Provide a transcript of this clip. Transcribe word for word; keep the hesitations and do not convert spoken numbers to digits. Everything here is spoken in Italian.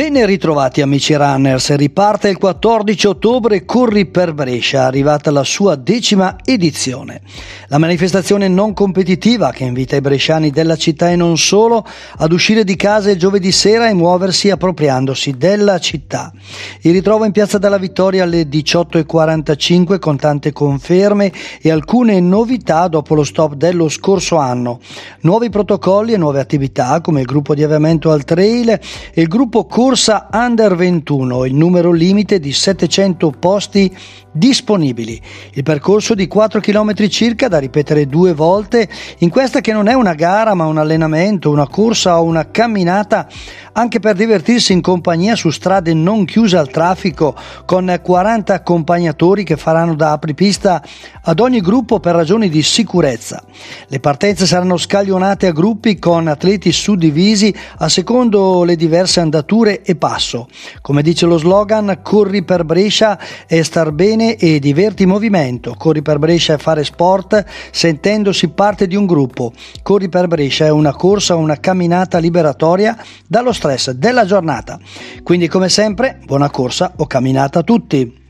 Ben ritrovati amici runners, riparte il quattordici ottobre Corri per Brescia, arrivata la sua decima edizione. La manifestazione non competitiva che invita i bresciani della città e non solo ad uscire di casa il giovedì sera e muoversi appropriandosi della città. Il ritrovo in Piazza della Vittoria alle diciotto e quarantacinque con tante conferme e alcune novità dopo lo stop dello scorso anno. Nuovi protocolli e nuove attività come il gruppo di avviamento al trail e il gruppo Corsa Under ventuno, il numero limite di settecento posti disponibili. Il percorso di quattro chilometri circa da ripetere due volte in questa che non è una gara ma un allenamento, una corsa o una camminata anche per divertirsi in compagnia su strade non chiuse al traffico con quaranta accompagnatori che faranno da apripista ad ogni gruppo per ragioni di sicurezza. Le partenze saranno scaglionate a gruppi con atleti suddivisi a secondo le diverse andature e passo. Come dice lo slogan, corri per Brescia è star bene e diverti movimento. Corri per Brescia è fare sport sentendosi parte di un gruppo. Corri per Brescia è una corsa o una camminata liberatoria dallo stress della giornata. Quindi come sempre, buona corsa o camminata a tutti.